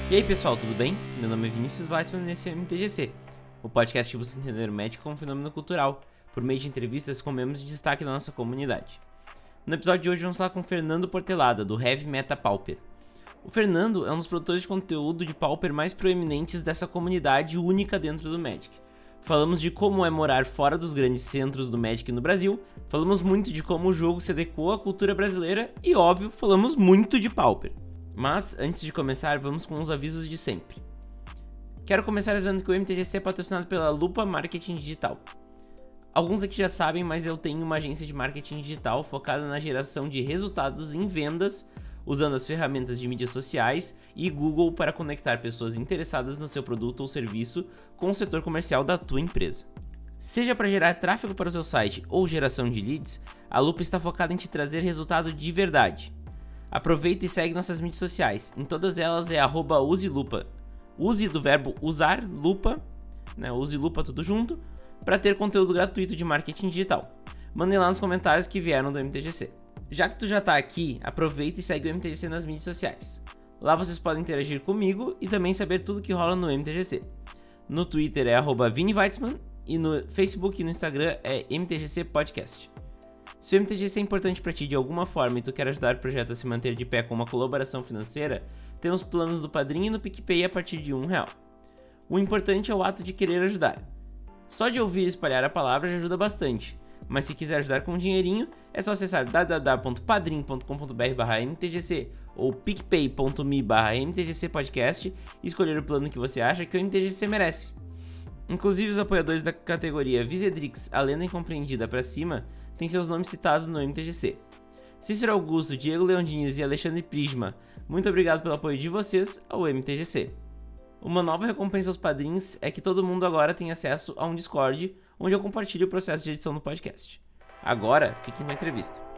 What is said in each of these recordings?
E aí pessoal, tudo bem? Meu nome é Vinícius Weitzman e esse é o MTGC, o podcast que busca entender o Magic como um fenômeno cultural, por meio de entrevistas com membros de destaque da nossa comunidade. No episódio de hoje vamos falar com o Fernando Portelada, do Heavy Meta Pauper. O Fernando é um dos produtores de conteúdo de Pauper mais proeminentes dessa comunidade única dentro do Magic. Falamos de como é morar fora dos grandes centros do Magic no Brasil, falamos muito de como o jogo se adequou à cultura brasileira e, óbvio, falamos muito de Pauper. Mas, antes de começar, vamos com os avisos de sempre. Quero começar avisando que o MTGC é patrocinado pela Lupa Marketing Digital. Alguns aqui já sabem, mas eu tenho uma agência de marketing digital focada na geração de resultados em vendas, usando as ferramentas de mídias sociais e Google para conectar pessoas interessadas no seu produto ou serviço com o setor comercial da tua empresa. Seja para gerar tráfego para o seu site ou geração de leads, a Lupa está focada em te trazer resultado de verdade. Aproveita e segue nossas mídias sociais. Em todas elas é @uselupa. Use do verbo usar, lupa, né? Use lupa tudo junto, para ter conteúdo gratuito de marketing digital. Mandem lá nos comentários que vieram do MTGC. Já que tu já tá aqui, aproveita e segue o MTGC nas mídias sociais. Lá vocês podem interagir comigo e também saber tudo que rola no MTGC. No Twitter é @ViniWeitzman e no Facebook e no Instagram é MTGC Podcast. Se o MTGC é importante para ti de alguma forma e tu quer ajudar o projeto a se manter de pé com uma colaboração financeira, temos planos do Padrim e no PicPay a partir de R$1. O importante é o ato de querer ajudar. Só de ouvir e espalhar a palavra já ajuda bastante, mas se quiser ajudar com um dinheirinho, é só acessar www.padrim.com.br/mtgc ou picpay.me/mtgcpodcast e escolher o plano que você acha que o MTGC merece. Inclusive os apoiadores da categoria Visedrix, a lenda incompreendida pra cima, têm seus nomes citados no MTGC. Cícero Augusto, Diego Leão Diniz e Alexandre Prisma, muito obrigado pelo apoio de vocês ao MTGC. Uma nova recompensa aos padrinhos é que todo mundo agora tem acesso a um Discord, onde eu compartilho o processo de edição do podcast. Agora, fiquem com a entrevista.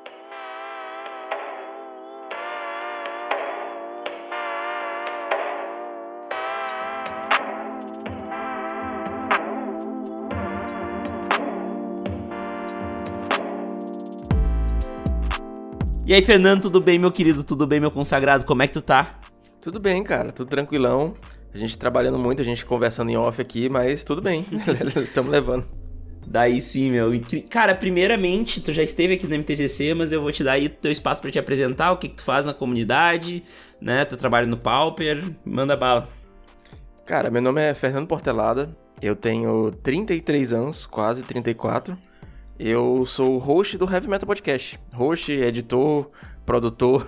E aí, Fernando, tudo bem, meu querido? Tudo bem, meu consagrado? Como é que tu tá? Tudo bem, cara. Tudo tranquilão. A gente trabalhando muito, a gente conversando em off aqui, mas tudo bem. Estamos levando. Daí sim, meu. Cara, primeiramente, tu já esteve aqui no MTGC, mas eu vou te dar aí teu espaço pra te apresentar, o que tu faz na comunidade, né? Tu trabalha no Pauper, manda bala. Cara, meu nome é Fernando Portelada, eu tenho 33 anos, quase 34. Eu sou o host do Heavy Meta Podcast. Host, editor, produtor.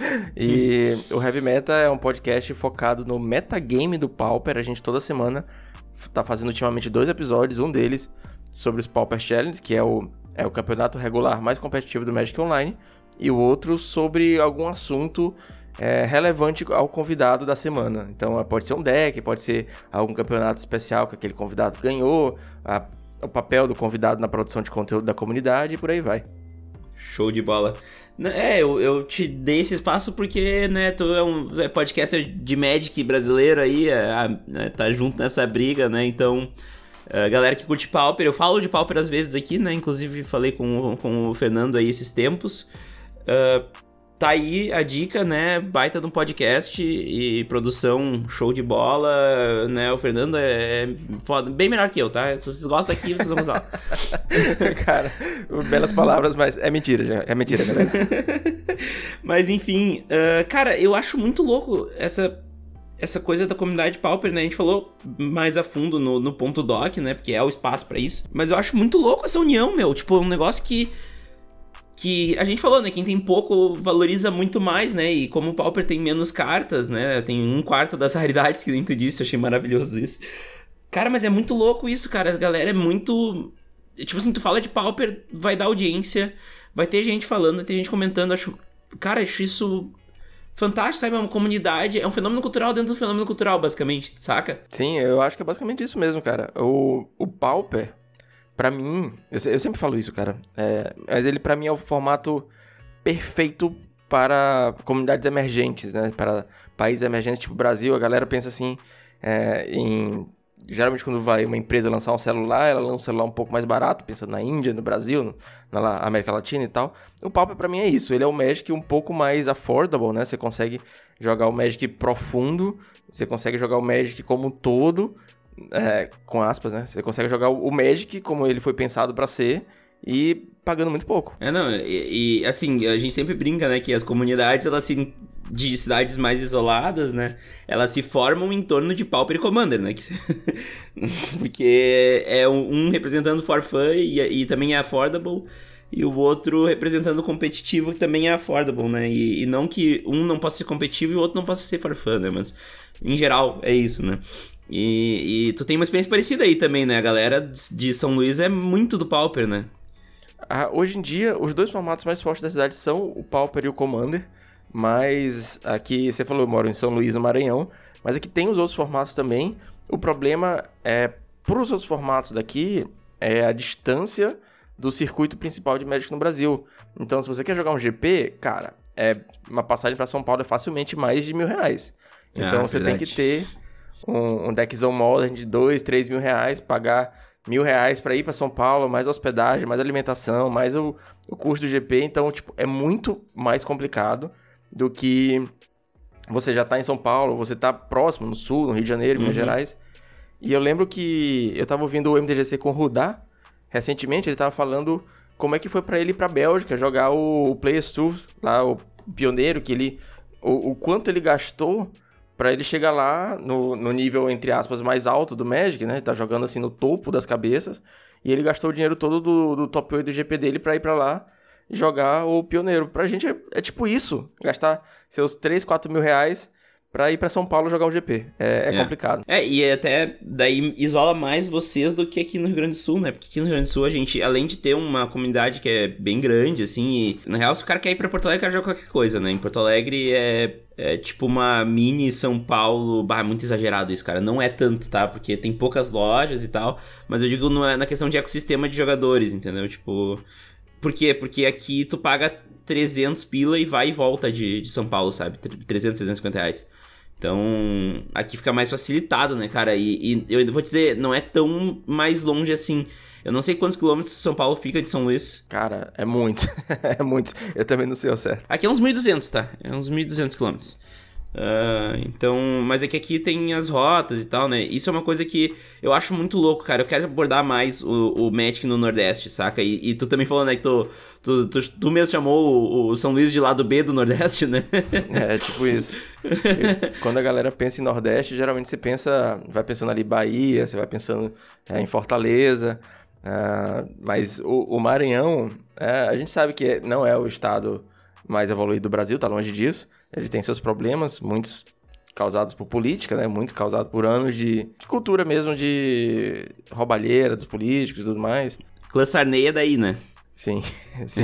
E o Heavy Meta é um podcast focado no metagame do Pauper. A gente toda semana tá fazendo ultimamente 2 episódios, um deles sobre os Pauper Challenge, que é o campeonato regular mais competitivo do Magic Online, e o outro sobre algum assunto relevante ao convidado da semana. Então pode ser um deck, pode ser algum campeonato especial que aquele convidado ganhou, o papel do convidado na produção de conteúdo da comunidade e por aí vai. Show de bola. Eu te dei esse espaço porque, né, tu é um podcaster de Magic brasileiro aí, tá junto nessa briga, né, então, galera que curte Pauper, eu falo de Pauper às vezes aqui, né, inclusive falei com o Fernando aí esses tempos, tá aí a dica, né, baita de um podcast e produção show de bola, né, o Fernando é foda, bem melhor que eu, tá? Se vocês gostam daqui, vocês vão usar. Cara, belas palavras, mas é mentira, galera. Mas enfim, cara, eu acho muito louco essa coisa da comunidade Pauper, né? A gente falou mais a fundo no ponto doc, né, porque é o espaço pra isso, mas eu acho muito louco essa união, meu, tipo, um negócio que a gente falou, né, quem tem pouco valoriza muito mais, né, e como o Pauper tem menos cartas, né, tem 1/4 das raridades que nem tu disse, eu achei maravilhoso isso. Cara, mas é muito louco isso, cara, a galera é muito, tipo assim, tu fala de Pauper, vai dar audiência, vai ter gente falando, vai ter gente comentando, acho isso fantástico, sabe, é uma comunidade, é um fenômeno cultural dentro do fenômeno cultural, basicamente, saca? Sim, eu acho que é basicamente isso mesmo, cara, o Pauper, pra mim, eu sempre falo isso, cara, mas ele pra mim é o formato perfeito para comunidades emergentes, né? Para países emergentes tipo Brasil, a galera pensa assim em geralmente quando vai uma empresa lançar um celular, ela lança um celular um pouco mais barato, pensando na Índia, no Brasil, na América Latina e tal. O Pauper pra mim é isso, ele é o Magic um pouco mais affordable, né? Você consegue jogar o Magic profundo, você consegue jogar o Magic como um todo, com aspas, né? Você consegue jogar o Magic como ele foi pensado pra ser e pagando muito pouco. Assim, a gente sempre brinca, né, que as comunidades, elas de cidades mais isoladas, né, elas se formam em torno de Pauper e Commander, né, porque é um representando for fun e também é affordable, e o outro representando o competitivo, que também é affordable, né, e não que um não possa ser competitivo e o outro não possa ser for fun, né, mas em geral é isso, né. E tu tem uma experiência parecida aí também, né, a galera de São Luís é muito do Pauper, né. Hoje em dia, os dois formatos mais fortes da cidade são o Pauper e o Commander, mas aqui, você falou, eu moro em São Luís, no Maranhão, mas aqui tem os outros formatos também. O problema para os outros formatos daqui, é a distância do circuito principal de Magic no Brasil. Então, se você quer jogar um GP, cara, uma passagem para São Paulo é facilmente mais de R$1.000. Então, você tem que ter um deckzão modern de R$2.000, R$3.000, pagar R$1.000 para ir para São Paulo, mais hospedagem, mais alimentação, mais o custo do GP. Então, tipo, é muito mais complicado do que você já tá em São Paulo, você tá próximo, no Sul, no Rio de Janeiro, Minas Gerais. E eu lembro que eu tava ouvindo o MTGC com o Rudá, recentemente, ele tava falando como é que foi para ele ir pra Bélgica, jogar o Players Tours, lá, o pioneiro, que o quanto ele gastou pra ele chegar lá no nível, entre aspas, mais alto do Magic, né? Ele tá jogando assim no topo das cabeças. E ele gastou o dinheiro todo do top 8 do GP dele pra ir pra lá jogar o pioneiro. Pra gente é tipo isso. Gastar seus 3, 4 mil reais pra ir pra São Paulo jogar o GP. É complicado. E até daí isola mais vocês do que aqui no Rio Grande do Sul, né? Porque aqui no Rio Grande do Sul a gente, além de ter uma comunidade que é bem grande, assim, e, na real, se o cara quer ir pra Porto Alegre, o cara joga qualquer coisa, né? Em Porto Alegre é tipo uma mini São Paulo, muito exagerado isso, cara. Não é tanto, tá? Porque tem poucas lojas e tal, mas eu digo na questão de ecossistema de jogadores, entendeu? Tipo, por quê? Porque aqui tu paga 300 pila e vai e volta de São Paulo, sabe? 300, 350 reais. Então, aqui fica mais facilitado, né, cara? E eu vou dizer, não é tão mais longe assim. Eu não sei quantos quilômetros São Paulo fica de São Luís. Cara, é muito. É muito. Eu também não sei ao certo. Aqui é uns 1.200, tá? É uns 1.200 quilômetros. Então, mas é que aqui tem as rotas e tal, né? Isso é uma coisa que eu acho muito louco, cara. Eu quero abordar mais o Magic no Nordeste, saca? E tu também falou, né, que tu mesmo chamou o São Luís de lado B do Nordeste, né? É, tipo isso. Quando a galera pensa em Nordeste, geralmente você vai pensando ali Bahia, você vai pensando em Fortaleza. Mas o Maranhão, a gente sabe que não é o estado mais evoluído do Brasil, tá longe disso. Ele tem seus problemas, muitos causados por política, né? Muitos causados por anos de cultura mesmo, de roubalheira dos políticos e tudo mais. Clã Sarney é daí, né? Sim, sim.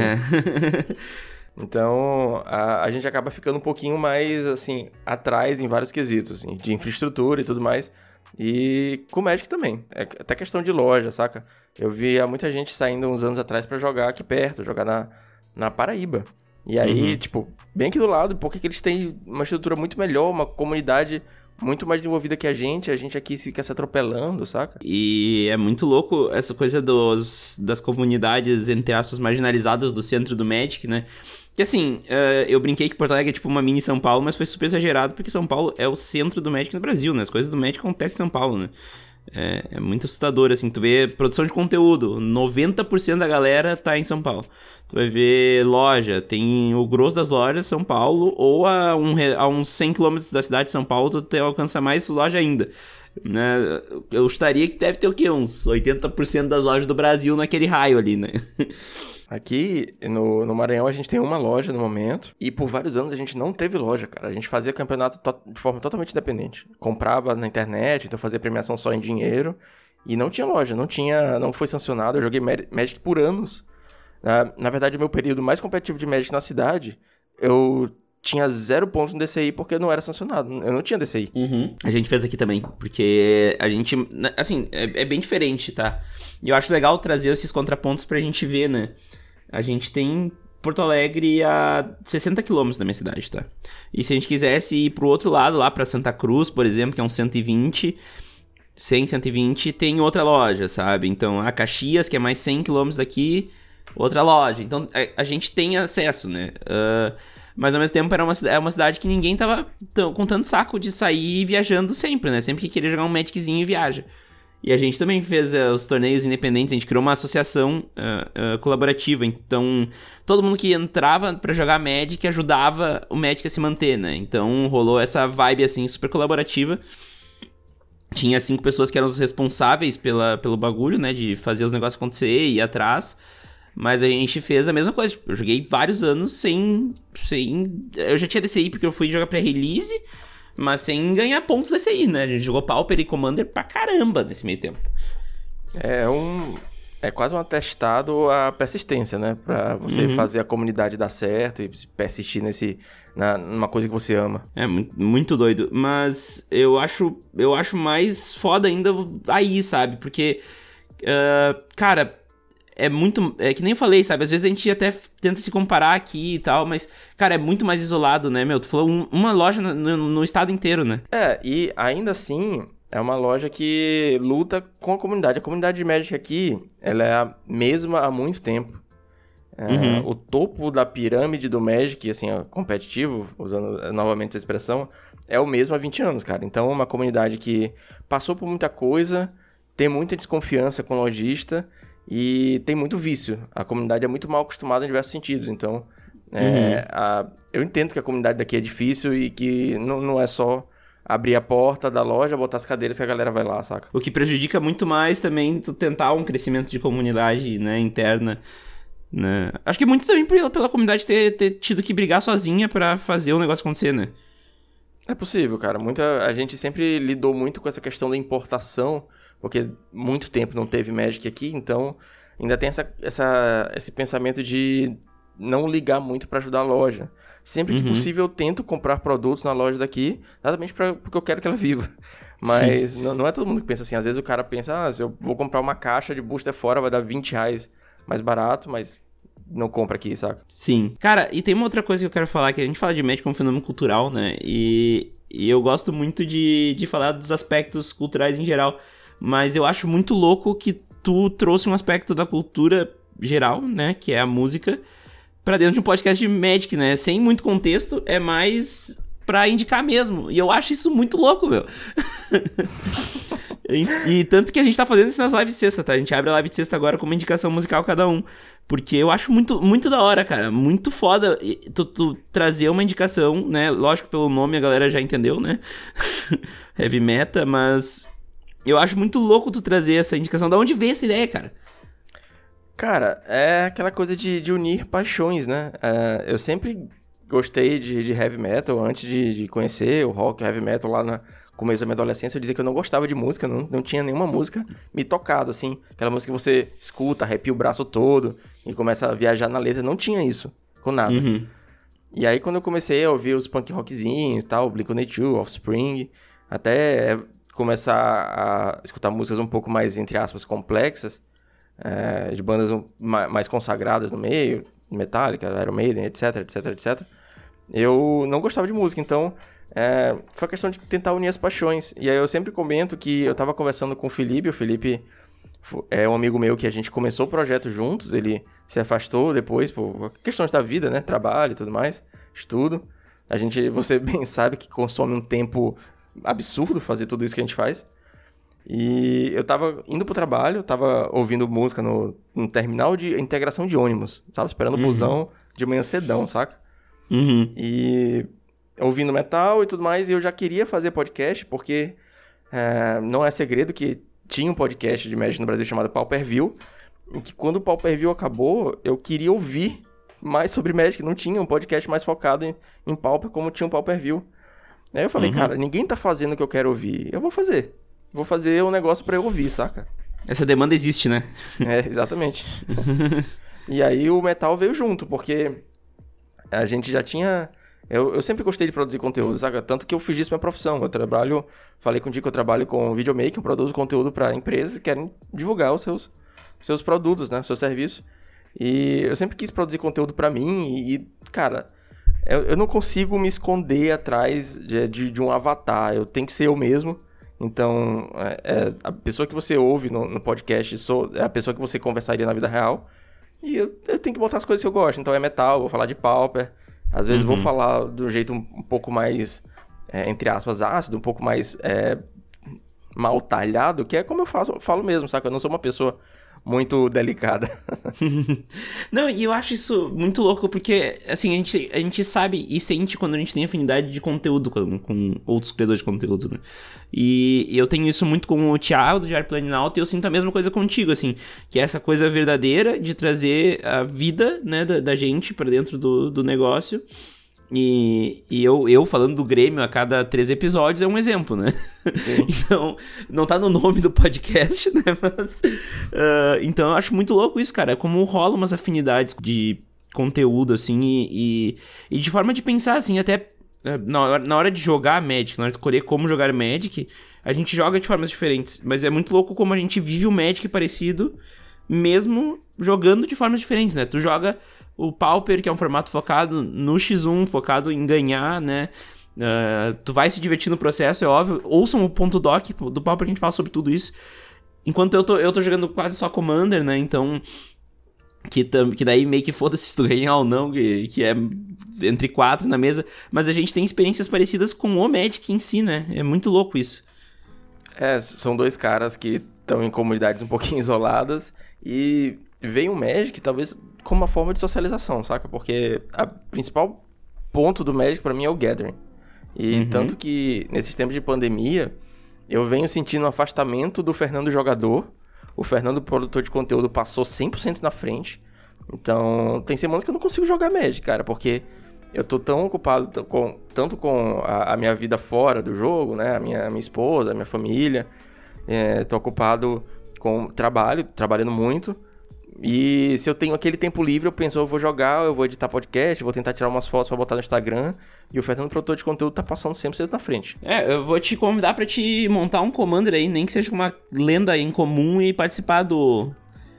Então, a gente acaba ficando um pouquinho mais, assim, atrás em vários quesitos, assim, de infraestrutura e tudo mais. E com o Magic também. É até questão de loja, saca? Eu via muita gente saindo uns anos atrás pra jogar aqui perto, jogar na Paraíba. E aí, tipo, bem aqui do lado, porque que eles têm uma estrutura muito melhor, uma comunidade muito mais desenvolvida que a gente aqui fica se atropelando, saca? E é muito louco essa coisa das comunidades, entre aspas, marginalizadas do centro do Magic, né? Que assim, eu brinquei que Porto Alegre é tipo uma mini São Paulo, mas foi super exagerado, porque São Paulo é o centro do Magic no Brasil, né? As coisas do Magic acontecem em São Paulo, né? É muito assustador, assim, tu vê produção de conteúdo, 90% da galera tá em São Paulo. Tu vai ver loja, tem o grosso das lojas São Paulo, ou a uns 100 km da cidade de São Paulo tu alcança mais loja ainda, né? Eu estaria que deve ter o quê? Uns 80% das lojas do Brasil naquele raio ali, né? Aqui no Maranhão a gente tem uma loja no momento e por vários anos a gente não teve loja, cara. A gente fazia campeonato de forma totalmente independente. Comprava na internet, então fazia premiação só em dinheiro e não tinha loja, não foi sancionado. Eu joguei Magic por anos. Na verdade, o meu período mais competitivo de Magic na cidade, eu tinha 0 pontos no DCI porque não era sancionado. Eu não tinha DCI. A gente fez aqui também, porque a gente, assim, é bem diferente, tá? E eu acho legal trazer esses contrapontos pra gente ver, né? A gente tem Porto Alegre a 60 quilômetros da minha cidade, tá? E se a gente quisesse ir pro outro lado, lá pra Santa Cruz, por exemplo, que é uns 120, 100, 120, tem outra loja, sabe? Então, a Caxias, que é mais 100 quilômetros daqui, outra loja. Então, a gente tem acesso, né? Mas, ao mesmo tempo, é uma cidade que ninguém tava com tanto saco de sair viajando sempre, né? Sempre que queria jogar um Magiczinho viaja. E a gente também fez os torneios independentes, a gente criou uma associação colaborativa. Então, todo mundo que entrava pra jogar Magic ajudava o Magic a se manter, né? Então, rolou essa vibe, assim, super colaborativa. Tinha 5 pessoas que eram os responsáveis pelo bagulho, né? De fazer os negócios acontecer e ir atrás. Mas a gente fez a mesma coisa. Eu joguei vários anos sem... Eu já tinha DCI porque eu fui jogar pré-release, mas sem ganhar pontos DCI, né? A gente jogou Pauper e Commander pra caramba nesse meio tempo. É quase um atestado à persistência, né? Pra você fazer a comunidade dar certo e persistir numa coisa que você ama. É muito doido. Mas eu acho mais foda ainda aí, sabe? Porque, cara, é que nem eu falei, sabe? Às vezes a gente até tenta se comparar aqui e tal, mas, cara, é muito mais isolado, né, meu? Tu falou uma loja no estado inteiro, né? E ainda assim, é uma loja que luta com a comunidade. A comunidade de Magic aqui, ela é a mesma há muito tempo. O topo da pirâmide do Magic, assim, competitivo, usando novamente essa expressão, é o mesmo há 20 anos, cara. Então, é uma comunidade que passou por muita coisa, tem muita desconfiança com o lojista e tem muito vício. A comunidade é muito mal acostumada em diversos sentidos. Então, eu entendo que a comunidade daqui é difícil e que não é só abrir a porta da loja, botar as cadeiras que a galera vai lá, saca? O que prejudica muito mais também tu tentar um crescimento de comunidade, né, interna, né? Acho que muito também pela comunidade ter tido que brigar sozinha pra fazer o negócio acontecer, né? É possível, cara. A gente sempre lidou muito com essa questão da importação, porque muito tempo não teve Magic aqui, então ainda tem esse pensamento de não ligar muito pra ajudar a loja. Sempre que possível eu tento comprar produtos na loja daqui, exatamente porque eu quero que ela viva. Mas não é todo mundo que pensa assim. Às vezes o cara pensa, se eu vou comprar uma caixa de booster fora, vai dar R$20 mais barato, mas não compra aqui, saca? Sim. Cara, e tem uma outra coisa que eu quero falar, que a gente fala de Magic como fenômeno cultural, né? E eu gosto muito de falar dos aspectos culturais em geral, mas eu acho muito louco que tu trouxe um aspecto da cultura geral, né? Que é a música, pra dentro de um podcast de Magic, né? Sem muito contexto, é mais pra indicar mesmo. E eu acho isso muito louco, meu. E tanto que a gente tá fazendo isso nas lives de sexta, tá? A gente abre a live de sexta agora com uma indicação musical cada um. Porque eu acho muito, muito da hora, cara. Muito foda tu trazer uma indicação, né? Lógico, pelo nome a galera já entendeu, né? Heavy Metal, mas eu acho muito louco tu trazer essa indicação. Da onde veio essa ideia, cara? Cara, é aquela coisa de unir paixões, né? Eu sempre gostei de heavy metal antes de conhecer o rock, heavy metal lá no começo da minha adolescência. Eu dizia que eu não gostava de música, não tinha nenhuma música me tocado, assim. Aquela música que você escuta, arrepia o braço todo e começa a viajar na letra. Não tinha isso, com nada. E aí, quando eu comecei a ouvir os punk rockzinhos e tal, Blink-182, Offspring, até começar a escutar músicas um pouco mais, entre aspas, complexas, de bandas mais consagradas no meio, Metallica, Iron Maiden, etc, etc, etc. Eu não gostava de música, então foi a questão de tentar unir as paixões. E aí eu sempre comento que eu tava conversando com o Felipe é um amigo meu que a gente começou o projeto juntos, ele se afastou depois por questões da vida, né, trabalho e tudo mais, estudo. Você bem sabe que consome um tempo absurdo fazer tudo isso que a gente faz. E eu tava indo pro trabalho, tava ouvindo música no terminal de integração de ônibus, sabe? Esperando o busão de manhã cedão, saca? E ouvindo metal e tudo mais, e eu já queria fazer podcast, porque não é segredo que tinha um podcast de Magic no Brasil chamado Pauper View, e que quando o Pauper View acabou, eu queria ouvir mais sobre Magic, não tinha um podcast mais focado em Pauper como tinha um Pauper View. Aí eu falei, cara, ninguém tá fazendo o que eu quero ouvir, eu vou fazer. Vou fazer um negócio pra eu ouvir, saca? Essa demanda existe, né? Exatamente. E aí o metal veio junto, porque a gente já tinha... Eu sempre gostei de produzir conteúdo, saca? Tanto que eu fiz isso minha profissão. Falei contigo que eu trabalho com videomaking, eu produzo conteúdo pra empresas que querem divulgar os seus produtos, né? Seu serviço. E eu sempre quis produzir conteúdo pra mim cara... Eu não consigo me esconder atrás de um avatar. Eu tenho que ser eu mesmo. Então, a pessoa que você ouve no podcast é a pessoa que você conversaria na vida real. E eu tenho que botar as coisas que eu gosto. Então é metal, vou falar de Pauper. Às vezes vou falar de um jeito um pouco mais, entre aspas, ácido, um pouco mais mal talhado, que é como eu falo mesmo, saca? Eu não sou uma pessoa muito delicada. Não, e eu acho isso muito louco, porque, assim, a gente sabe e sente quando a gente tem afinidade de conteúdo com outros criadores de conteúdo, né? E eu tenho isso muito com o Thiago, do Diário Planalto, e eu sinto a mesma coisa contigo, assim, que é essa coisa verdadeira de trazer a vida, né, da gente pra dentro do negócio. E eu falando do Grêmio a cada 3 episódios é um exemplo, né? Então, não tá no nome do podcast, né? Mas, então eu acho muito louco isso, cara. Como rola umas afinidades de conteúdo, assim, e de forma de pensar, assim, até na hora de jogar Magic, na hora de escolher como jogar Magic, a gente joga de formas diferentes. Mas é muito louco como a gente vive o Magic parecido, mesmo jogando de formas diferentes, né? Tu joga o Pauper, que é um formato focado no X1, focado em ganhar, né? Tu vai se divertir no processo, é óbvio. Ouçam o ponto doc do Pauper, que a gente fala sobre tudo isso. Enquanto eu tô jogando quase só Commander, né? Então, que daí meio que foda-se se tu ganhar ou não, que é entre 4 na mesa. Mas a gente tem experiências parecidas com o Magic em si, né? É muito louco isso. São dois caras que estão em comunidades um pouquinho isoladas e veem o Magic, talvez, como uma forma de socialização, saca? Porque o principal ponto do Magic pra mim é o Gathering. E tanto que, nesses tempos de pandemia, eu venho sentindo um afastamento do Fernando jogador. O Fernando produtor de conteúdo passou 100% na frente. Então, tem semanas que eu não consigo jogar Magic, cara, porque eu tô tão ocupado tanto com a minha vida fora do jogo, né? A minha esposa, a minha família. Tô ocupado com trabalhando muito. E se eu tenho aquele tempo livre, eu penso, eu vou jogar, eu vou editar podcast, vou tentar tirar umas fotos pra botar no Instagram. E o Fernando, produtor de conteúdo, tá passando 100% na frente. Eu vou te convidar pra te montar um Commander aí, nem que seja uma lenda em comum, e participar da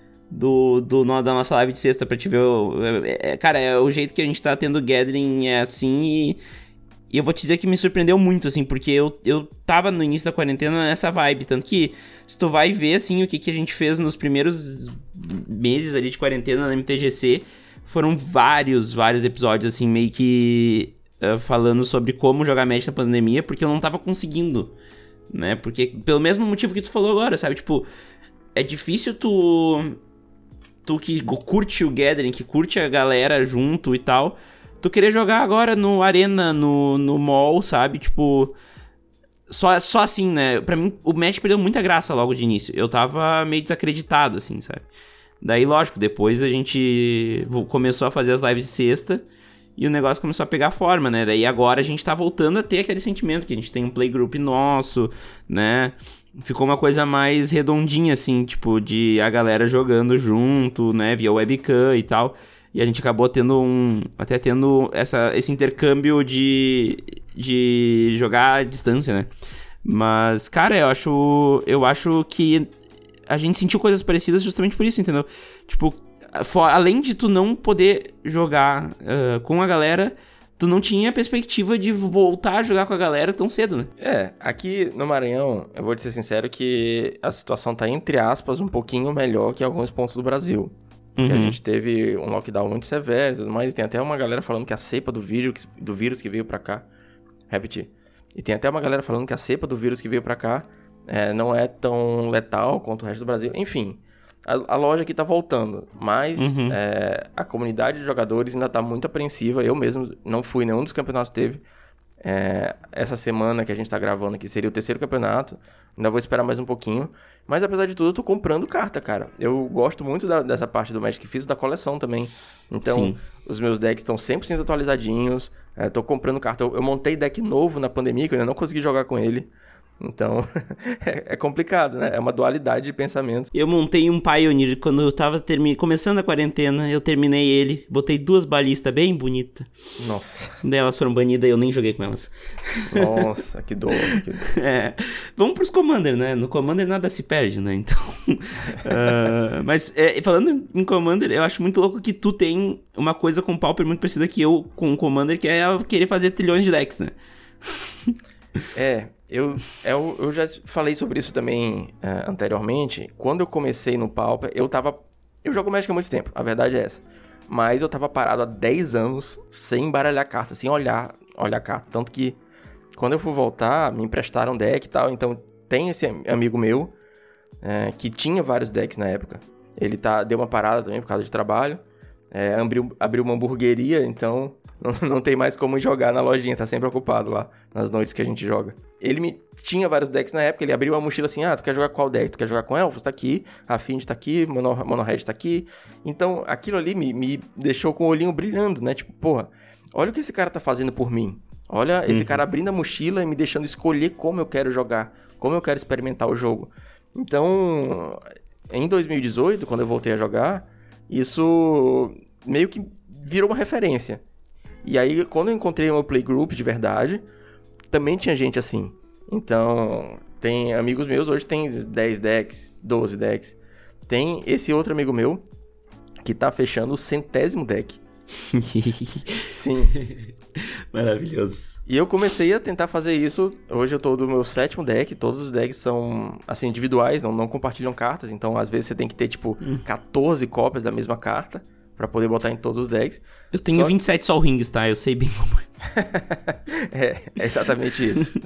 nossa live de sexta pra te ver. Cara, é o jeito que a gente tá tendo gathering é assim, e eu vou te dizer que me surpreendeu muito, assim, porque eu tava no início da quarentena nessa vibe, tanto que se tu vai ver, assim, o que a gente fez nos primeiros meses ali de quarentena na MTGC, foram vários episódios, assim, meio que falando sobre como jogar Magic na pandemia, porque eu não tava conseguindo, né, porque pelo mesmo motivo que tu falou agora, sabe, tipo, é difícil tu que curte o Gathering, que curte a galera junto e tal, tu querer jogar agora no Arena, no Mall, sabe? Tipo, só assim, né? Pra mim, o Magic perdeu muita graça logo de início. Eu tava meio desacreditado, assim, sabe? Daí, lógico, depois a gente começou a fazer as lives de sexta e o negócio começou a pegar forma, né? Daí agora a gente tá voltando a ter aquele sentimento que a gente tem um playgroup nosso, né? Ficou uma coisa mais redondinha, assim, tipo, de a galera jogando junto, né? Via webcam e tal. E a gente acabou tendo esse intercâmbio de jogar à distância, né? Mas, cara, eu acho que a gente sentiu coisas parecidas justamente por isso, entendeu? Tipo, além de tu não poder jogar com a galera, tu não tinha a perspectiva de voltar a jogar com a galera tão cedo, né? Aqui no Maranhão, eu vou te ser sincero que a situação tá, entre aspas, um pouquinho melhor que em alguns pontos do Brasil. Que a gente teve um lockdown muito severo e tudo mais. E tem até uma galera falando que a cepa do vírus que veio pra cá... Repetir. E tem até uma galera falando que a cepa do vírus que veio pra cá não é tão letal quanto o resto do Brasil. Enfim, a loja aqui tá voltando. Mas a comunidade de jogadores ainda tá muito apreensiva. Eu mesmo não fui, nenhum dos campeonatos teve. Essa semana que a gente tá gravando aqui seria o 3º campeonato. Ainda vou esperar mais um pouquinho. Mas apesar de tudo, eu tô comprando carta, cara. Eu gosto muito dessa parte do Magic, fiz da coleção também. Então, sim, os meus decks estão 100% atualizadinhos. Tô comprando carta. Eu montei deck novo na pandemia, que eu ainda não consegui jogar com ele. Então, é complicado, né? É uma dualidade de pensamento. Eu montei um Pioneer quando eu tava começando a quarentena. Eu terminei ele, botei 2 balistas bem bonitas. Nossa. Daí elas foram banidas e eu nem joguei com elas. Nossa, que dor. Vamos pros Commander, né? No Commander nada se perde, né? Então... mas falando em Commander, eu acho muito louco que tu tem uma coisa com o Pauper muito parecida que eu com o Commander, que é querer fazer trilhões de decks, né? Eu já falei sobre isso também anteriormente. Quando eu comecei no Pauper, eu jogo Magic há muito tempo, a verdade é essa. Mas eu tava parado há 10 anos sem embaralhar carta, sem olhar carta. Tanto que quando eu fui voltar, me emprestaram deck e tal. Então tem esse amigo meu que tinha vários decks na época. Ele deu uma parada também por causa de trabalho. Abriu uma hamburgueria, então não tem mais como jogar na lojinha, tá sempre ocupado lá nas noites que a gente joga. Ele tinha vários decks na época, ele abriu uma mochila assim, tu quer jogar qual deck? Tu quer jogar com Elfos? Tá aqui, Affinity tá aqui, Mono Red tá aqui. Então aquilo ali me deixou com o olhinho brilhando, né? Tipo, porra, olha o que esse cara tá fazendo por mim. Olha esse cara abrindo a mochila e me deixando escolher como eu quero jogar, como eu quero experimentar o jogo. Então, em 2018, quando eu voltei a jogar, isso meio que virou uma referência. E aí, quando eu encontrei o meu playgroup de verdade, também tinha gente assim. Então, tem amigos meus, hoje tem 10 decks, 12 decks. Tem esse outro amigo meu que tá fechando o 100º deck. Sim. Maravilhoso. E eu comecei a tentar fazer isso. Hoje eu tô do meu 7º deck. Todos os decks são, assim, individuais, não compartilham cartas. Então, às vezes, você tem que ter, tipo, 14 cópias da mesma carta pra poder botar em todos os decks. Eu tenho 27 Sol Rings, tá? Eu sei bem como é exatamente isso.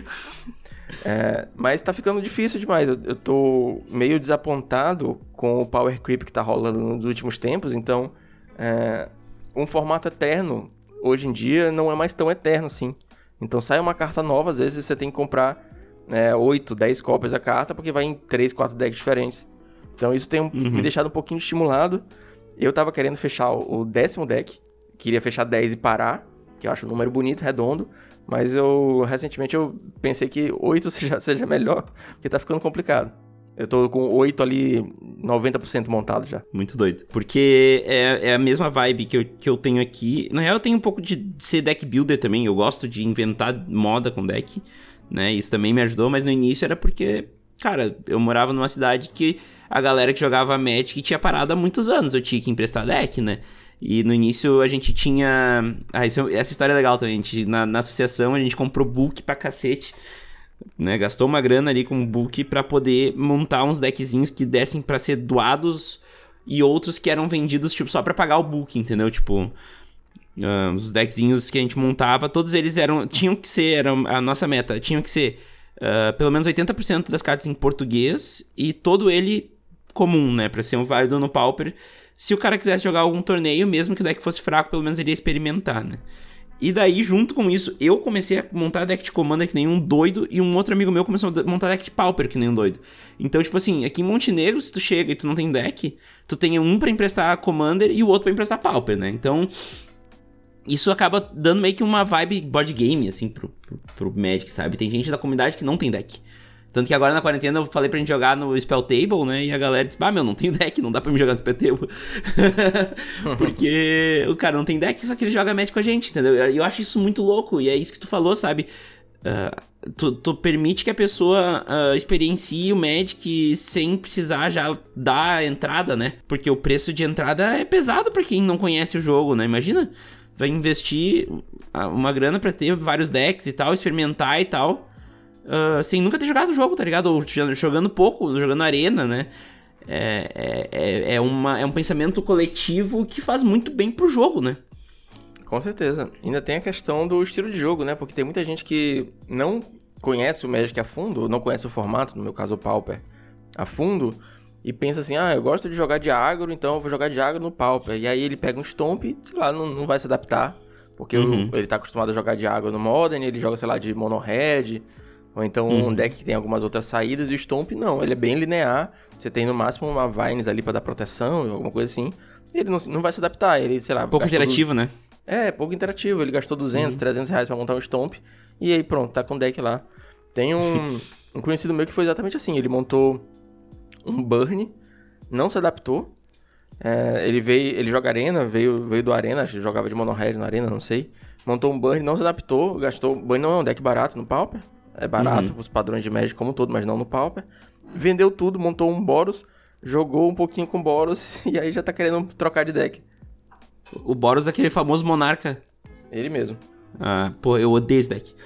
Mas tá ficando difícil demais. Eu tô meio desapontado com o Power Creep que tá rolando nos últimos tempos. Então, um formato eterno, hoje em dia, não é mais tão eterno assim. Então, sai uma carta nova, às vezes você tem que comprar 8, 10 cópias da carta, porque vai em 3, 4 decks diferentes. Então, isso tem me deixado um pouquinho estimulado. Eu tava querendo fechar o 10º deck. Queria fechar 10 e parar, que eu acho um número bonito, redondo. Mas recentemente eu pensei que 8 seja melhor, porque tá ficando complicado. Eu tô com 8 ali, 90% montado já. Muito doido. Porque é a mesma vibe que eu tenho aqui. Na real, eu tenho um pouco de ser deck builder também. Eu gosto de inventar moda com deck, né? Isso também me ajudou, mas no início era porque, cara, eu morava numa cidade que a galera que jogava Magic tinha parado há muitos anos. Eu tinha que emprestar deck, né? E no início a gente tinha... essa história é legal também. Na associação a gente comprou book pra cacete, né? Gastou uma grana ali com book pra poder montar uns deckzinhos que dessem pra ser doados e outros que eram vendidos tipo só pra pagar o book, entendeu? Tipo, os deckzinhos que a gente montava, todos eles tinham que ser, era a nossa meta, tinham que ser pelo menos 80% das cartas em português e todo ele comum, né? Pra ser um válido no Pauper. Se o cara quisesse jogar algum torneio, mesmo que o deck fosse fraco, pelo menos ele ia experimentar, né? E daí, junto com isso, eu comecei a montar deck de Commander que nem um doido, e um outro amigo meu começou a montar deck de Pauper que nem um doido. Então, tipo assim, aqui em Montenegro, se tu chega e tu não tem deck, tu tem um pra emprestar Commander e o outro pra emprestar Pauper, né? Então, isso acaba dando meio que uma vibe board game, assim, pro Magic, sabe? Tem gente da comunidade que não tem deck. Tanto que agora na quarentena eu falei pra gente jogar no Spell Table, né? E a galera disse, não tenho deck, não dá pra me jogar no Spell Table. Porque o cara não tem deck, só que ele joga Magic com a gente, entendeu? E eu acho isso muito louco, e é isso que tu falou, sabe? Tu permite que a pessoa experiencie o Magic sem precisar já dar a entrada, né? Porque o preço de entrada é pesado pra quem não conhece o jogo, né? Imagina, vai investir uma grana pra ter vários decks e tal, experimentar e tal... sem nunca ter jogado o jogo, tá ligado? Ou jogando pouco, jogando arena, né? É um pensamento coletivo que faz muito bem pro jogo, né? Com certeza. Ainda tem a questão do estilo de jogo, né? Porque tem muita gente que não conhece o Magic a fundo, não conhece o formato, no meu caso o Pauper, a fundo, e pensa assim, eu gosto de jogar de agro, então eu vou jogar de agro no Pauper. E aí ele pega um Stomp e, sei lá, não vai se adaptar, porque ele tá acostumado a jogar de agro no Modern, ele joga, sei lá, de Mono Red... Ou então um deck que tem algumas outras saídas, e o Stomp não, ele é bem linear, você tem no máximo uma Vines ali pra dar proteção, alguma coisa assim, ele não vai se adaptar, ele, sei lá... Pouco interativo, né? Pouco interativo, ele gastou 200, 300 reais pra montar um Stomp, e aí pronto, tá com o deck lá. Tem um conhecido meu que foi exatamente assim, ele montou um Burn, não se adaptou, ele joga Arena, veio do Arena, acho que jogava de Mono Red na Arena, não sei, montou um Burn, não se adaptou, Burn não é um deck barato no Pauper, é barato os padrões de Magic como um todo, mas não no Pauper. Vendeu tudo, montou um Boros, jogou um pouquinho com Boros e aí já tá querendo trocar de deck. O Boros é aquele famoso monarca. Ele mesmo. Pô, eu odeio esse deck.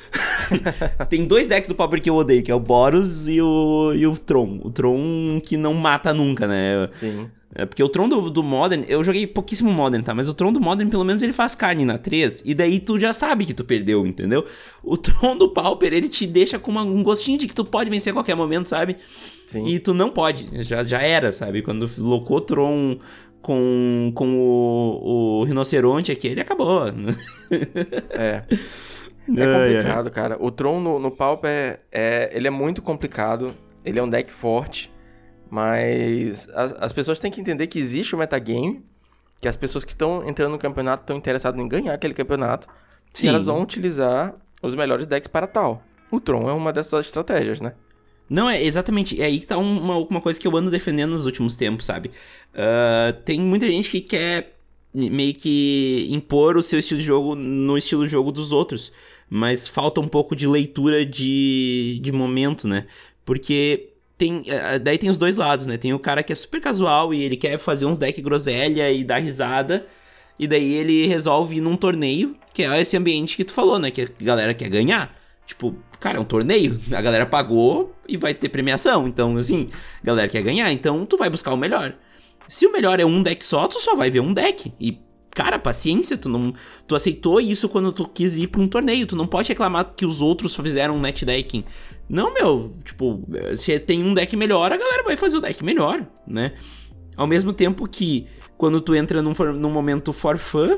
Tem 2 decks do Pauper que eu odeio, que é o Boros e o Tron. O Tron que não mata nunca, né? Sim. Porque o Tron do Modern, eu joguei pouquíssimo Modern, tá? Mas o Tron do Modern, pelo menos, ele faz carne na 3, e daí tu já sabe que tu perdeu, entendeu? O Tron do Pauper, ele te deixa com um gostinho de que tu pode vencer a qualquer momento, sabe? Sim. E tu não pode, já era, sabe? Quando locou o Tron com o rinoceronte aqui, ele acabou. É complicado, cara. O Tron no Pauper, ele é muito complicado, ele é um deck forte. Mas as pessoas têm que entender que existe o metagame, que as pessoas que estão entrando no campeonato estão interessadas em ganhar aquele campeonato. Sim. E elas vão utilizar os melhores decks para tal. O Tron é uma dessas estratégias, né? Não, é exatamente. É aí que tá uma coisa que eu ando defendendo nos últimos tempos, sabe? Tem muita gente que quer meio que impor o seu estilo de jogo no estilo de jogo dos outros. Mas falta um pouco de leitura de momento, né? Porque... daí tem os dois lados, né? Tem o cara que é super casual e ele quer fazer uns deck groselha e dar risada. E daí ele resolve ir num torneio, que é esse ambiente que tu falou, né? Que a galera quer ganhar. Tipo, cara, é um torneio. A galera pagou e vai ter premiação. Então, assim, a galera quer ganhar. Então, tu vai buscar o melhor. Se o melhor é um deck só, tu só vai ver um deck. E, cara, paciência. Tu aceitou isso quando tu quis ir pra um torneio. Tu não pode reclamar que os outros só fizeram um net decking. Não, meu, tipo, se tem um deck melhor, a galera vai fazer o deck melhor, né? Ao mesmo tempo que, quando tu entra num momento for fun,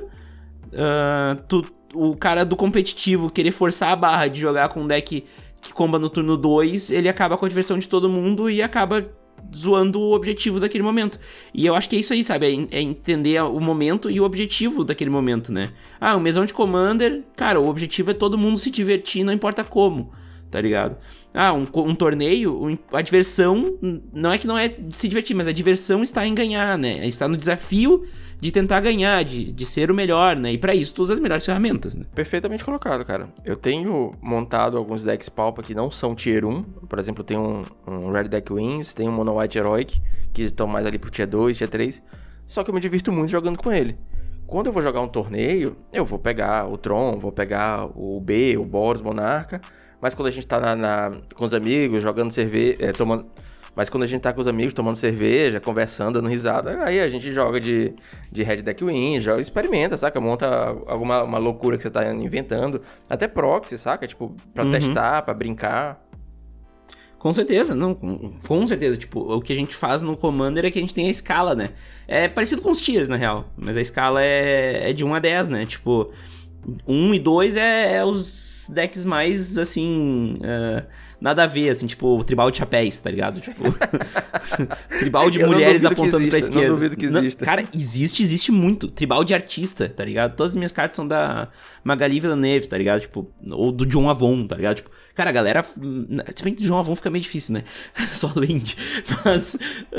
o cara do competitivo querer forçar a barra de jogar com um deck que comba no turno 2, ele acaba com a diversão de todo mundo e acaba zoando o objetivo daquele momento. E eu acho que é isso aí, sabe? É entender o momento e o objetivo daquele momento, né? Um mesão de Commander, cara, o objetivo é todo mundo se divertir, não importa como. Tá ligado? Um torneio, a diversão não é de se divertir, mas a diversão está em ganhar, né? Está no desafio de tentar ganhar, de ser o melhor, né? E pra isso tu usa as melhores ferramentas, né? Perfeitamente colocado, cara. Eu tenho montado alguns decks Pauper que não são Tier 1. Por exemplo, tem um Red Deck Wins, tem um Mono White Heroic, que estão mais ali pro Tier 2, Tier 3. Só que eu me divirto muito jogando com ele. Quando eu vou jogar um torneio, eu vou pegar o Tron, vou pegar o B, o Boros, Monarca. Mas quando a gente tá com os amigos, jogando cerveja, mas quando a gente tá com os amigos tomando cerveja, conversando, dando risada, aí a gente joga de Red Deck Win, experimenta, saca? Monta uma loucura que você tá inventando. Até proxy, saca? Tipo, pra testar, pra brincar. Com certeza, não, com certeza. Tipo, o que a gente faz no Commander é que a gente tem a escala, né? É parecido com os tiers, na real. Mas a escala é de 1 a 10, né? Tipo... 1 e 2 é os decks mais, assim, nada a ver, assim, tipo, o tribal de chapéus, tá ligado? Tipo, tribal de mulheres apontando pra esquerda. Não duvido que exista. Cara, existe muito. Tribal de artista, tá ligado? Todas as minhas cartas são da Magali Villeneuve, tá ligado? Tipo, ou do John Avon, tá ligado? Tipo, cara, a galera... Se bem que do John Avon fica meio difícil, né? Só lente. Mas...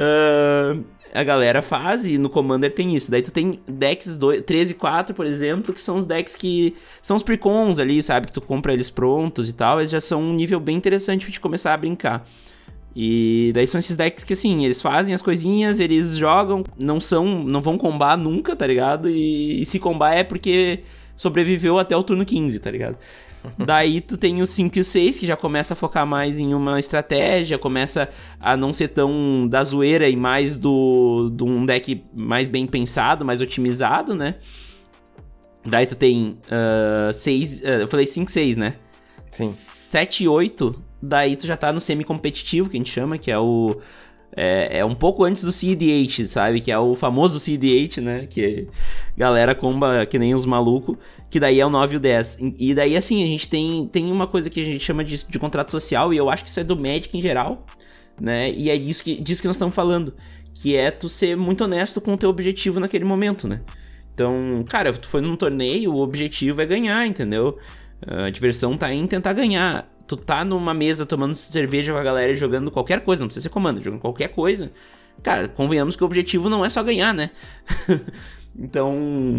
a galera faz e no Commander tem isso. Daí tu tem decks 13 e 4, por exemplo, que são os decks que são os precons ali, sabe? Que tu compra eles prontos e tal. Eles já são um nível bem interessante pra te começar a brincar. E daí são esses decks que, assim, eles fazem as coisinhas, eles jogam, não vão combar nunca, tá ligado? E se combar é porque sobreviveu até o turno 15, tá ligado? Daí tu tem os 5 e o 6, que já começa a focar mais em uma estratégia, começa a não ser tão da zoeira e mais de um deck mais bem pensado, mais otimizado, né? Daí tu tem 6, eu falei 5 e 6, né? Sim. 7 e 8, daí tu já tá no semi-competitivo, que a gente chama, que é o... É um pouco antes do CEDH, sabe? Que é o famoso CEDH, né? Que galera comba que nem os malucos. Que daí é o 9 e o 10. E daí, assim, a gente tem uma coisa que a gente chama de contrato social. E eu acho que isso é do Magic em geral, né? E é disso que nós estamos falando. Que é tu ser muito honesto com o teu objetivo naquele momento, né? Então, cara, tu foi num torneio, o objetivo é ganhar, entendeu? A diversão tá em tentar ganhar. Tu tá numa mesa tomando cerveja com a galera e jogando qualquer coisa, não precisa ser Commander, jogando qualquer coisa. Cara, convenhamos que o objetivo não é só ganhar, né? Então,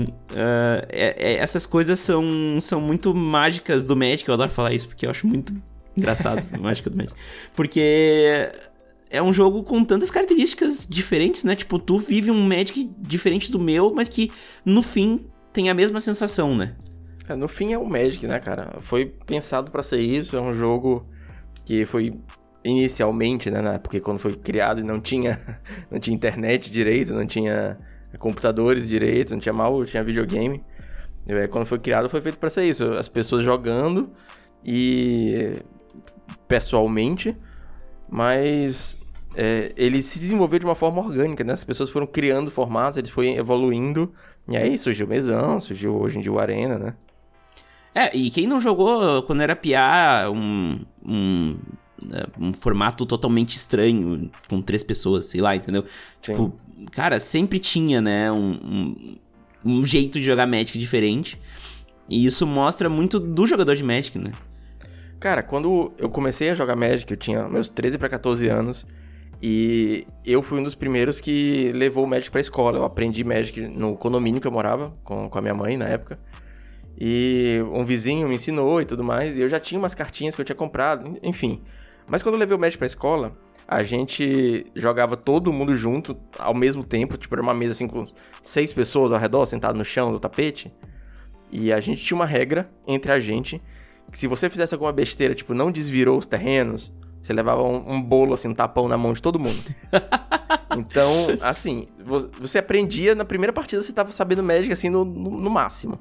essas coisas são muito mágicas do Magic. Eu adoro falar isso porque eu acho muito engraçado a mágica do Magic. Porque é um jogo com tantas características diferentes, né? Tipo, tu vive um Magic diferente do meu, mas que no fim tem a mesma sensação, né? No fim é o Magic, né, cara? Foi pensado pra ser isso, é um jogo que foi inicialmente, né, porque quando foi criado não tinha internet direito, não tinha computadores direito, não tinha videogame. Quando foi criado foi feito pra ser isso, as pessoas jogando e pessoalmente, mas ele se desenvolveu de uma forma orgânica, né? As pessoas foram criando formatos, eles foram evoluindo, e aí surgiu o Mesão, surgiu hoje em dia o Arena, né? E quem não jogou quando era piá um formato totalmente estranho, com 3 pessoas, sei lá, entendeu? Sim. Tipo, cara, sempre tinha, né, um jeito de jogar Magic diferente, e isso mostra muito do jogador de Magic, né? Cara, quando eu comecei a jogar Magic, eu tinha meus 13 pra 14 anos, e eu fui um dos primeiros que levou o Magic pra escola. Eu aprendi Magic no condomínio que eu morava, com a minha mãe na época. E um vizinho me ensinou e tudo mais, e eu já tinha umas cartinhas que eu tinha comprado, enfim. Mas quando eu levei o Magic pra escola, a gente jogava todo mundo junto, ao mesmo tempo, tipo, era uma mesa assim com 6 pessoas ao redor, sentado no chão, no tapete. E a gente tinha uma regra entre a gente, que se você fizesse alguma besteira, tipo, não desvirou os terrenos, você levava um bolo, assim, um tapão na mão de todo mundo. Então, assim, você aprendia, na primeira partida você tava sabendo Magic, assim, no máximo.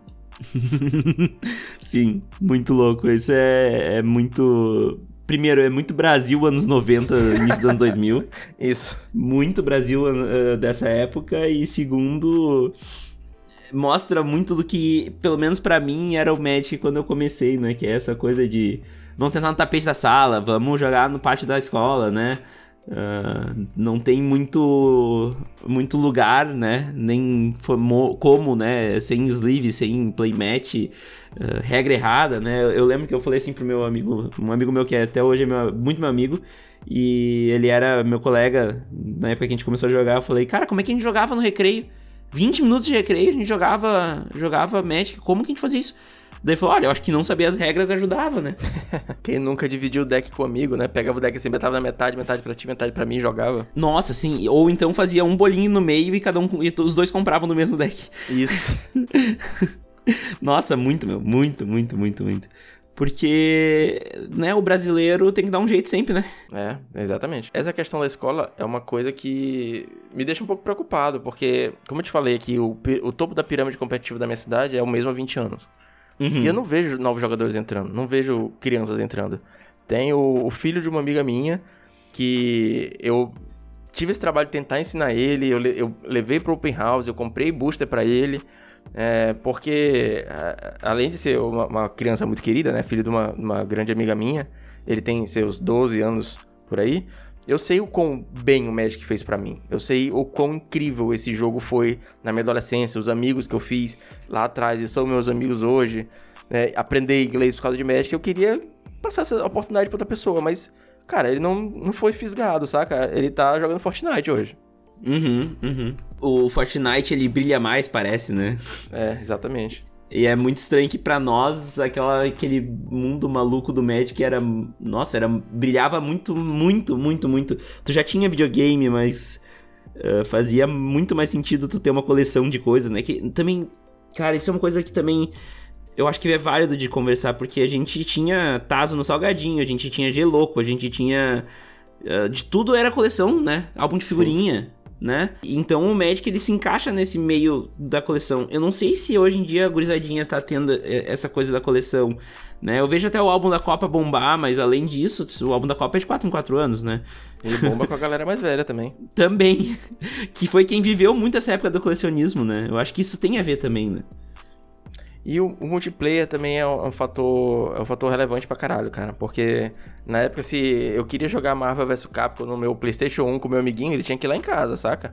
Sim, muito louco. Isso é muito... Primeiro, é muito Brasil anos 90, início dos anos 2000. Isso. Muito Brasil dessa época. E segundo, mostra muito do que, pelo menos pra mim, era o Magic quando eu comecei, né? Que é essa coisa de... Vamos sentar no tapete da sala, vamos jogar no pátio da escola, né? Não tem muito lugar, né? Nem como, né? Sem sleeve, sem playmat, regra errada, né? Eu lembro que eu falei assim pro meu amigo, um amigo meu que até hoje é muito meu amigo, e ele era meu colega na época que a gente começou a jogar. Eu falei, cara, como é que a gente jogava no recreio? 20 minutos de recreio, a gente jogava Magic, como que a gente fazia isso? Daí falou, olha, eu acho que não saber as regras ajudava, né? Quem nunca dividiu o deck com um amigo, né? Pegava o deck assim, metade na metade pra ti, metade pra mim e jogava. Nossa, sim. Ou então fazia um bolinho no meio e os dois compravam no mesmo deck. Isso. Nossa, muito, meu. Muito. Porque, né, o brasileiro tem que dar um jeito sempre, né? Exatamente. Essa questão da escola é uma coisa que me deixa um pouco preocupado, porque, como eu te falei aqui, o topo da pirâmide competitiva da minha cidade é o mesmo há 20 anos. Uhum. E eu não vejo novos jogadores entrando, não vejo crianças entrando. Tem o filho de uma amiga minha, que eu tive esse trabalho de tentar ensinar ele, eu levei pro Open House, eu comprei booster pra ele, porque além de ser uma criança muito querida, né, filho de uma grande amiga minha, ele tem seus 12 anos por aí, eu sei o quão bem o Magic fez pra mim. Eu sei o quão incrível esse jogo foi na minha adolescência. Os amigos que eu fiz lá atrás e são meus amigos hoje. Né? Aprender inglês por causa de Magic. Eu queria passar essa oportunidade pra outra pessoa. Mas, cara, ele não foi fisgado, saca? Ele tá jogando Fortnite hoje. Uhum. O Fortnite, ele brilha mais, parece, né? Exatamente. E é muito estranho que pra nós, aquele mundo maluco do Magic era... Nossa, brilhava muito. Tu já tinha videogame, mas fazia muito mais sentido tu ter uma coleção de coisas, né? Que também, cara, isso é uma coisa que também eu acho que é válido de conversar, porque a gente tinha Tazo no Salgadinho, a gente tinha Geloco, a gente tinha... de tudo era coleção, né? Álbum de figurinha. Sim. Né? Então o Magic, ele se encaixa nesse meio da coleção. Eu não sei se hoje em dia a gurizadinha tá tendo essa coisa da coleção, né? Eu vejo até o álbum da Copa bombar, mas além disso, o álbum da Copa é de 4 em 4 anos, né? Ele bomba com a galera mais velha também. Também. Que foi quem viveu muito essa época do colecionismo, né? Eu acho que isso tem a ver também, né? E o multiplayer também é um fator relevante pra caralho, cara. Porque na época, se eu queria jogar Marvel vs Capcom no meu PlayStation 1 com meu amiguinho, ele tinha que ir lá em casa, saca?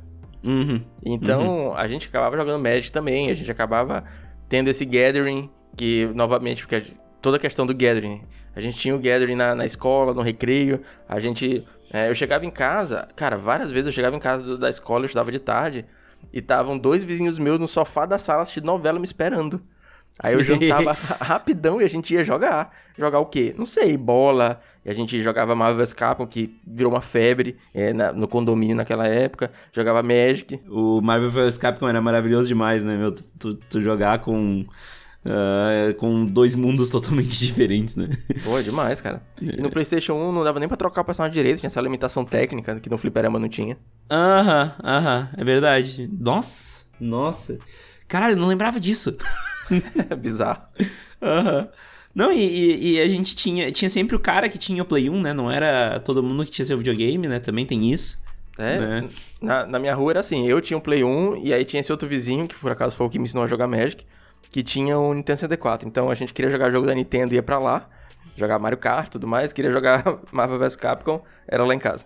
Então, a gente acabava jogando Magic também. A gente acabava tendo esse gathering, que, novamente, porque toda a questão do gathering. A gente tinha o gathering na escola, no recreio. A gente... eu chegava em casa... Cara, várias vezes eu chegava em casa da escola, eu estudava de tarde, e estavam 2 vizinhos meus no sofá da sala assistindo novela me esperando. Aí eu jantava rapidão e a gente ia jogar. Jogar o quê? Não sei, bola. E a gente jogava Marvel vs Capcom, que virou uma febre no condomínio naquela época. Jogava Magic. O Marvel vs Capcom era maravilhoso demais, né, meu? Tu jogar com Com 2 mundos totalmente diferentes, né? Pô, é demais, cara. E no PlayStation 1 não dava nem pra trocar o personagem direito, tinha essa limitação técnica que no Fliperama não tinha. É verdade. Nossa. Caralho, eu não lembrava disso. É bizarro. Não, e a gente tinha sempre o cara que tinha o Play 1, né? Não era todo mundo que tinha seu videogame, né? Também tem isso. Né? Na minha rua era assim, eu tinha um Play 1 e aí tinha esse outro vizinho, que por acaso foi o que me ensinou a jogar Magic, que tinha um Nintendo 64. Então a gente queria jogar jogo da Nintendo, ia pra lá, jogar Mario Kart e tudo mais, queria jogar Marvel vs Capcom, era lá em casa.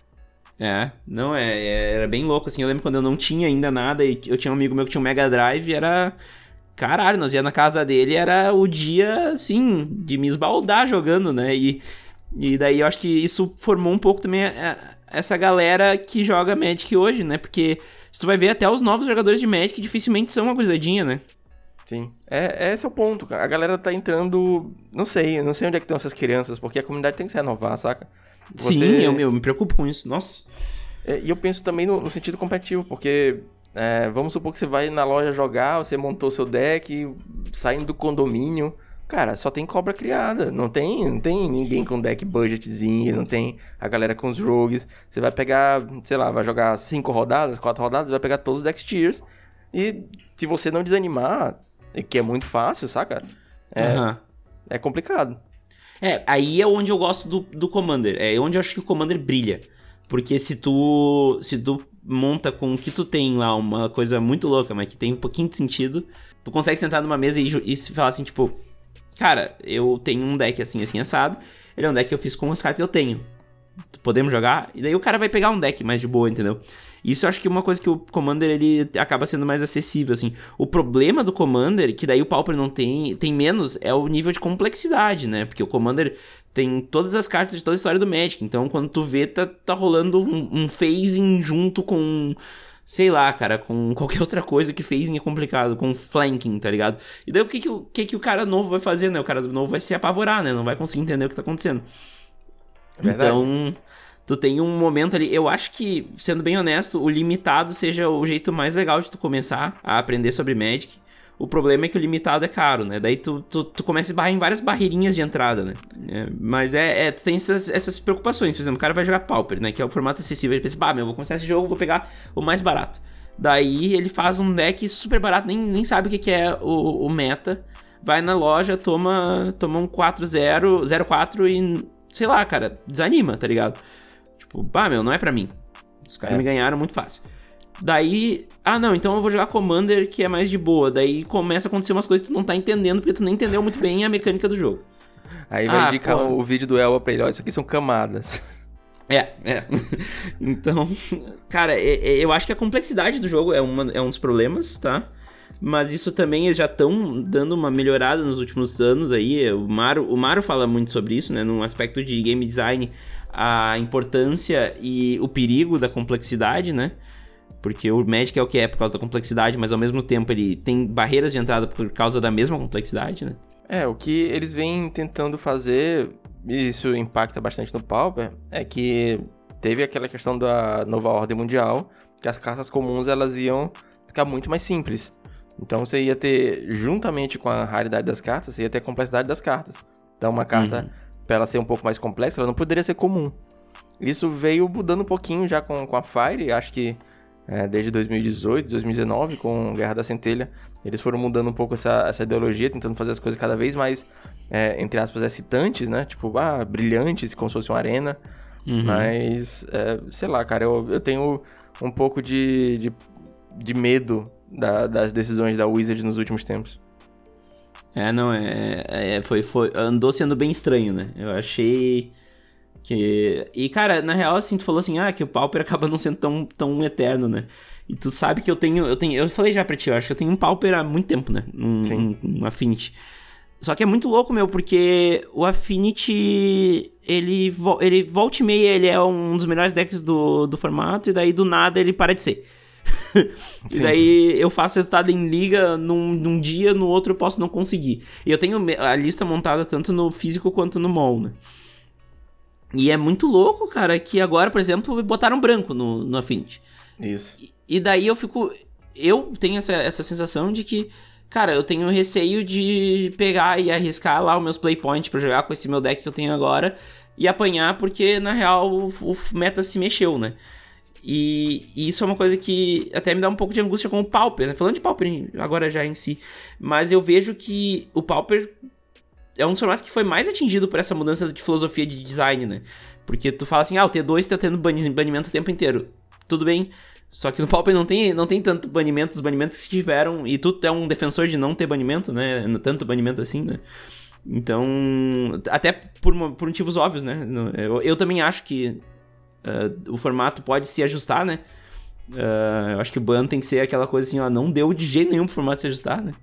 Era bem louco, assim, eu lembro quando eu não tinha ainda nada, e eu tinha um amigo meu que tinha um Mega Drive, era... Caralho, nós ia na casa dele, era o dia, assim, de me esbaldar jogando, né, e daí eu acho que isso formou um pouco também essa galera que joga Magic hoje, né, porque se tu vai ver, até os novos jogadores de Magic dificilmente são uma gurizadinha, né. Sim, esse é o ponto, cara. A galera tá entrando, não sei onde é que estão essas crianças, porque a comunidade tem que se renovar, saca? Sim, eu me preocupo com isso, nossa. E eu penso também no sentido competitivo, porque vamos supor que você vai na loja jogar, você montou seu deck, saindo do condomínio, cara, só tem cobra criada, não tem ninguém com deck budgetzinho, não tem a galera com os rogues, você vai pegar, sei lá, vai jogar 5 rodadas, 4 rodadas, vai pegar todos os decks tiers, e se você não desanimar, que é muito fácil, saca? É complicado. Aí é onde eu gosto do Commander. É onde eu acho que o Commander brilha. Porque se tu monta com o que tu tem lá uma coisa muito louca, mas que tem um pouquinho de sentido, tu consegue sentar numa mesa e falar assim, tipo... Cara, eu tenho um deck assim, assim, assado. Ele é um deck que eu fiz com as cartas que eu tenho. Podemos jogar? E daí o cara vai pegar um deck mais de boa, entendeu? Isso eu acho que é uma coisa que o Commander, ele acaba sendo mais acessível, assim. O problema do Commander, que daí o Pauper não tem menos, é o nível de complexidade, né? Porque o Commander tem todas as cartas de toda a história do Magic. Então, quando tu vê, tá rolando um phasing junto com... Sei lá, cara, com qualquer outra coisa que phasing é complicado, com flanking, tá ligado? E daí o que o cara novo vai fazer, né? O cara novo vai se apavorar, né? Não vai conseguir entender o que tá acontecendo. Verdade. Então... Tu tem um momento ali, eu acho que, sendo bem honesto, o limitado seja o jeito mais legal de tu começar a aprender sobre Magic. O problema é que o limitado é caro, né? Daí tu começa a esbarrar em várias barreirinhas de entrada, né? Mas tu tem essas preocupações. Por exemplo, o cara vai jogar Pauper, né? Que é o formato acessível. Ele pensa, eu vou começar esse jogo, vou pegar o mais barato. Daí ele faz um deck super barato, nem sabe o que é o meta. Vai na loja, toma um 4-0, 0-4 e, sei lá, cara, desanima, tá ligado? Tipo, não é pra mim. Os caras me ganharam muito fácil. Daí, não, então eu vou jogar Commander, que é mais de boa. Daí começa a acontecer umas coisas que tu não tá entendendo, porque tu nem entendeu muito bem a mecânica do jogo. Aí vai indicar o vídeo do Elba pra ele, isso aqui são camadas. Então, cara, eu acho que a complexidade do jogo é um dos problemas, tá? Mas isso também, eles já estão dando uma melhorada nos últimos anos aí. O Maru fala muito sobre isso, né? Num aspecto de game design, a importância e o perigo da complexidade, né? Porque o Magic é o que é por causa da complexidade, mas ao mesmo tempo ele tem barreiras de entrada por causa da mesma complexidade, né? O que eles vêm tentando fazer, e isso impacta bastante no Pauper, é que teve aquela questão da nova ordem mundial, que as cartas comuns elas iam ficar muito mais simples. Então você ia ter, juntamente com a raridade das cartas, você ia ter a complexidade das cartas. Então uma carta, para ela ser um pouco mais complexa, ela não poderia ser comum. Isso veio mudando um pouquinho já com a Fire, acho que desde 2018, 2019, com Guerra da Centelha, eles foram mudando um pouco essa ideologia, tentando fazer as coisas cada vez mais, entre aspas, excitantes, né? Tipo, brilhantes, como se fosse uma arena. Mas, sei lá, cara, eu tenho um pouco de medo das decisões da Wizard nos últimos tempos. Andou sendo bem estranho, né? Eu achei que... E, cara, na real, assim, tu falou assim, que o Pauper acaba não sendo tão eterno, né? E tu sabe que eu falei já pra ti, eu acho que eu tenho um Pauper há muito tempo, né? Um Affinity. Só que é muito louco, meu, porque o Affinity, ele volta e meia, ele é um dos melhores decks do formato, e daí do nada ele para de ser. E daí eu faço resultado em liga num dia, no outro eu posso não conseguir. E eu tenho a lista montada tanto no físico quanto no mall, né? E é muito louco, cara, que agora, por exemplo, botaram branco no Affinity. Isso. E daí eu tenho essa sensação de que, Cara, eu tenho receio de pegar e arriscar lá os meus playpoints pra jogar com esse meu deck que eu tenho agora e apanhar, porque na real o meta se mexeu, né? E isso é uma coisa que até me dá um pouco de angústia com o Pauper, né? Falando de Pauper agora já em si, mas eu vejo que o Pauper é um dos formatos que foi mais atingido por essa mudança de filosofia de design, né? Porque tu fala assim, o T2 tá tendo banimento o tempo inteiro. Tudo bem, só que no Pauper não tem tanto banimento, os banimentos que tiveram, e tu é um defensor de não ter banimento, né? Tanto banimento assim, né? Então, até por motivos óbvios, né? Eu também acho que o formato pode se ajustar, né? Eu acho que o ban tem que ser aquela coisa assim, não deu de jeito nenhum pro formato se ajustar, né?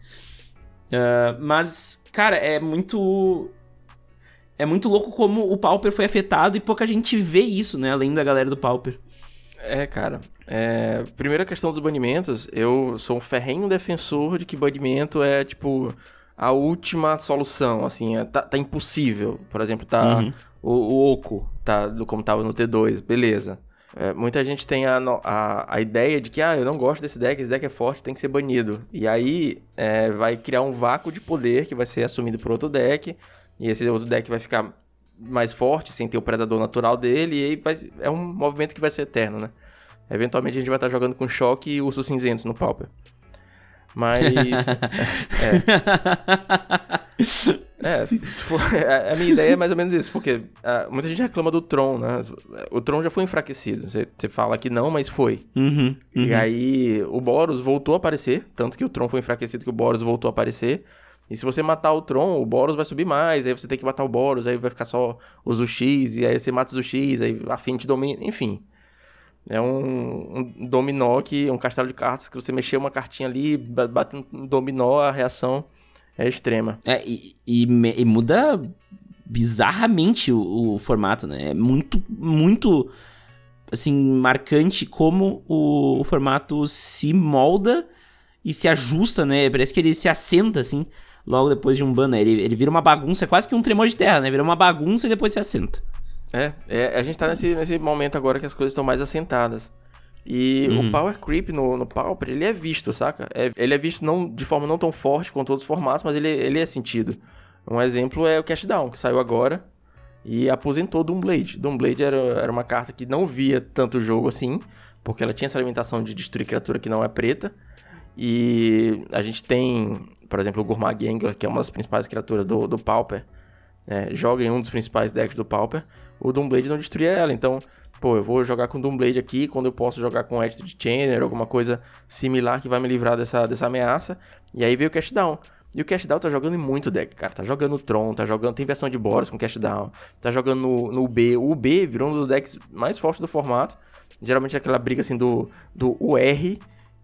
Mas, cara, é muito louco como o Pauper foi afetado e pouca gente vê isso, né? Além da galera do Pauper. Cara, primeira questão dos banimentos, eu sou um ferrenho defensor de que banimento é, tipo, a última solução, assim, tá impossível. Por exemplo, o Oco, como tava no T2, beleza. Muita gente tem a ideia de que, eu não gosto desse deck, esse deck é forte, tem que ser banido. E aí, vai criar um vácuo de poder que vai ser assumido por outro deck, e esse outro deck vai ficar mais forte, sem ter o predador natural dele, e aí é um movimento que vai ser eterno, né? Eventualmente a gente vai estar jogando com Choque e Ursos Cinzentos no Pauper. Mas... a minha ideia é mais ou menos isso, porque muita gente reclama do Tron, né? O Tron já foi enfraquecido. Você fala que não, mas foi. E aí o Boros voltou a aparecer, tanto que o Tron foi enfraquecido que o Boros voltou a aparecer. E se você matar o Tron, o Boros vai subir mais, aí você tem que matar o Boros, aí vai ficar só o Zuxis, e aí você mata o Zuxis, aí a Fint domina, enfim. É um dominó, um castelo de cartas, que você mexer uma cartinha ali, bate um dominó, a reação é extrema. E muda bizarramente o formato, né? É muito, muito, assim, marcante como o formato se molda e se ajusta, né? Parece que ele se assenta, assim, logo depois de um ban, né? Ele vira uma bagunça, é quase que um tremor de terra, né? Vira uma bagunça e depois se assenta. A gente tá nesse momento agora que as coisas estão mais assentadas. E o Power Creep no Pauper, ele é visto, saca? Ele é visto de forma não tão forte quanto outros formatos, mas ele é sentido. Um exemplo é o Cashdown, que saiu agora e aposentou Doomblade. Doomblade era uma carta que não via tanto jogo assim, porque ela tinha essa limitação de destruir criatura que não é preta. E a gente tem, por exemplo, o Gourmag Angler, que é uma das principais criaturas do Pauper. Joga em um dos principais decks do Pauper. O Doomblade não destruía ela, então... eu vou jogar com Doomblade aqui, quando eu posso jogar com Attitude Chainer, alguma coisa similar que vai me livrar dessa ameaça. E aí veio o Cashdown. E o Cashdown tá jogando em muito deck, cara. Tá jogando Tron, tem versão de Boros com Cashdown, tá jogando no UB. O UB virou um dos decks mais fortes do formato. Geralmente é aquela briga assim do UR,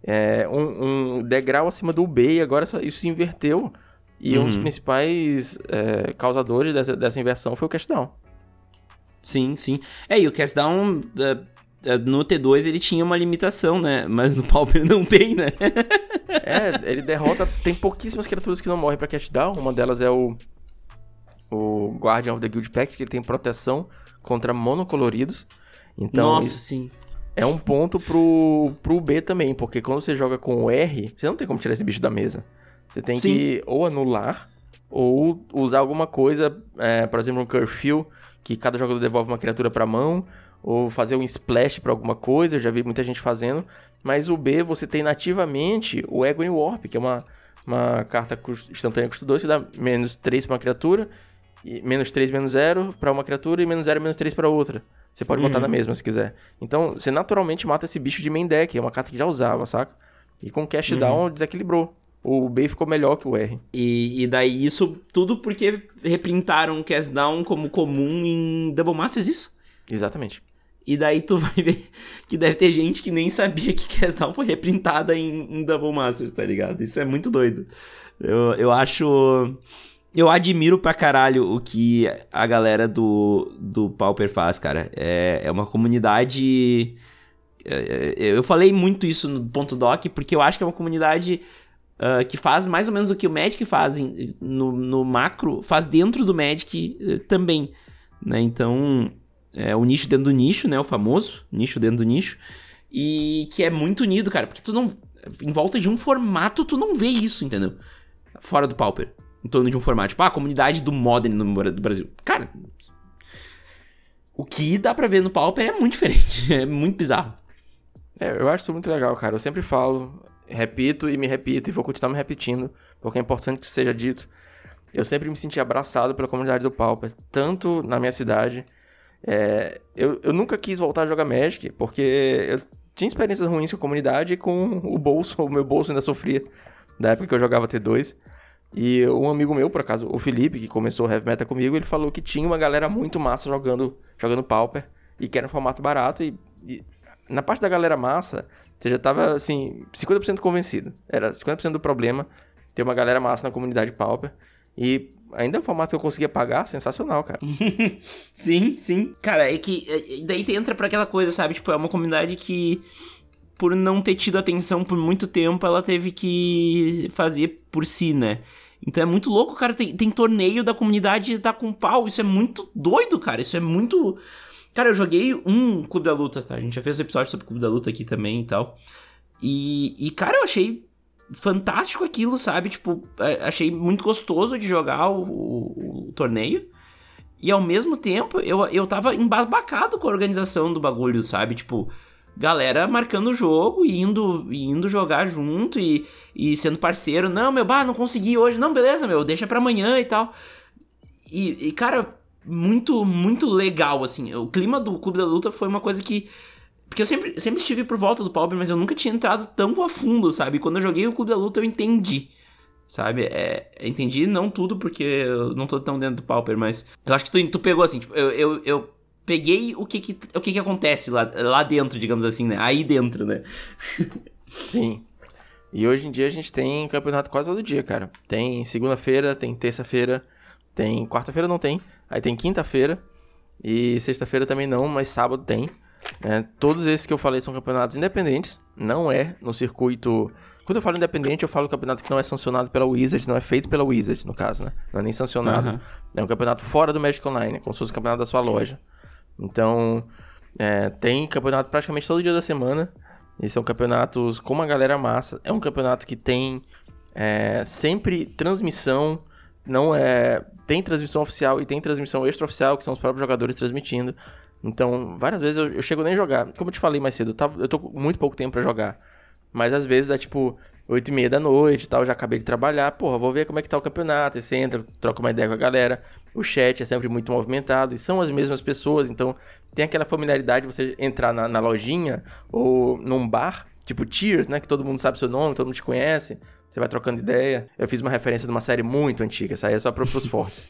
um degrau acima do UB, e agora isso se inverteu. E um dos principais causadores dessa inversão foi o Cashdown. Sim, sim. E o Cashdown, no T2 ele tinha uma limitação, né? Mas no Pauper não tem, né? Ele derrota... Tem pouquíssimas criaturas que não morrem pra Cashdown. Uma delas é o Guardian of the Guild Pact, que ele tem proteção contra monocoloridos. Então, nossa, sim. É um ponto pro B também, porque quando você joga com o R, você não tem como tirar esse bicho da mesa. Você tem que ou anular, ou usar alguma coisa, por exemplo, um Curfew, que cada jogador devolve uma criatura pra mão, ou fazer um splash pra alguma coisa, eu já vi muita gente fazendo. Mas o B, você tem nativamente o Egwene Warp, que é uma carta instantânea custo 2, que dá -3 pra uma criatura, e -3, -0 pra uma criatura, e -0, -3 pra outra. Você pode botar na mesma, se quiser. Então, você naturalmente mata esse bicho de main deck, é uma carta que já usava, saca? E com Cashdown desequilibrou. O B ficou melhor que o R. E daí isso tudo porque reprintaram o Cashdown como comum em Double Masters, isso? Exatamente. E daí tu vai ver que deve ter gente que nem sabia que Cashdown foi reprintada em Double Masters, tá ligado? Isso é muito doido. Eu acho... Eu admiro pra caralho o que a galera do Pauper faz, cara. É uma comunidade... Eu falei muito isso no ponto doc, porque eu acho que é uma comunidade... que faz mais ou menos o que o Magic faz no macro, faz dentro do Magic também, né? Então, o nicho dentro do nicho, né? O famoso nicho dentro do nicho. E que é muito unido, cara, porque tu não... em volta de um formato, tu não vê isso, entendeu? Fora do Pauper. Em torno de um formato. Tipo, a comunidade do Modern do Brasil. Cara, o que dá pra ver no Pauper é muito diferente. É muito bizarro. Eu acho isso muito legal, cara. Eu sempre falo, repito e me repito, e vou continuar me repetindo, porque é importante que isso seja dito. Eu sempre me senti abraçado pela comunidade do Pauper, tanto na minha cidade. Eu nunca quis voltar a jogar Magic, porque eu tinha experiências ruins com a comunidade e com o meu bolso ainda sofria, da época que eu jogava T2. E um amigo meu, por acaso, o Felipe, que começou o Heavy Metal comigo, ele falou que tinha uma galera muito massa jogando Pauper, e que era um formato barato, e na parte da galera massa, você já tava, assim, 50% convencido. Era 50% do problema ter uma galera massa na comunidade Pauper. E ainda é um formato que eu conseguia pagar, sensacional, cara. Sim, sim. Cara, é que daí tu entra pra aquela coisa, sabe? Tipo, é uma comunidade que, por não ter tido atenção por muito tempo, ela teve que fazer por si, né? Então é muito louco, cara. Tem torneio da comunidade tá com pau. Isso é muito doido, cara. Isso é muito... Cara, eu joguei um Clube da Luta, tá? A gente já fez um episódio sobre o Clube da Luta aqui também e tal. E cara, eu achei fantástico aquilo, sabe? Tipo, achei muito gostoso de jogar o torneio. E ao mesmo tempo, eu tava embasbacado com a organização do bagulho, sabe? Tipo, galera marcando o jogo e indo jogar junto e sendo parceiro. Não, não consegui hoje. Não, beleza, deixa pra amanhã e tal. E cara, muito, muito legal, assim. O clima do Clube da Luta foi uma coisa que... Porque eu sempre estive por volta do Pauper, mas eu nunca tinha entrado tão a fundo, sabe? Quando eu joguei o Clube da Luta, eu entendi, sabe? Entendi não tudo, porque eu não tô tão dentro do Pauper, mas eu acho que tu pegou, assim, tipo, eu peguei o que acontece lá dentro, digamos assim, né? Aí dentro, né? Sim. E hoje em dia a gente tem campeonato quase todo dia, cara. Tem segunda-feira, tem terça-feira, tem quarta-feira não tem, aí tem quinta-feira e sexta-feira também não, mas sábado tem. Todos esses que eu falei são campeonatos independentes, não é no circuito... Quando eu falo independente, eu falo campeonato que não é sancionado pela Wizards, não é feito pela Wizards, no caso, né? Não é nem sancionado. Uhum. É um campeonato fora do Magic Online, como se fosse o campeonato da sua loja. Então, tem campeonato praticamente todo dia da semana, e são campeonatos com uma galera massa. É um campeonato que tem sempre transmissão, tem transmissão oficial e tem transmissão extraoficial, que são os próprios jogadores transmitindo. Então, várias vezes eu chego nem a jogar. Como eu te falei mais cedo, eu tô com muito pouco tempo pra jogar. Mas às vezes dá tipo 8h30 da noite e tal, já acabei de trabalhar. Porra, vou ver como é que tá o campeonato. Aí você entra, troca uma ideia com a galera. O chat é sempre muito movimentado e são as mesmas pessoas. Então, tem aquela familiaridade de você entrar na lojinha ou num bar, tipo Cheers, né? Que todo mundo sabe seu nome, todo mundo te conhece. Você vai trocando ideia. Eu fiz uma referência de uma série muito antiga. Essa aí é só pros fortes.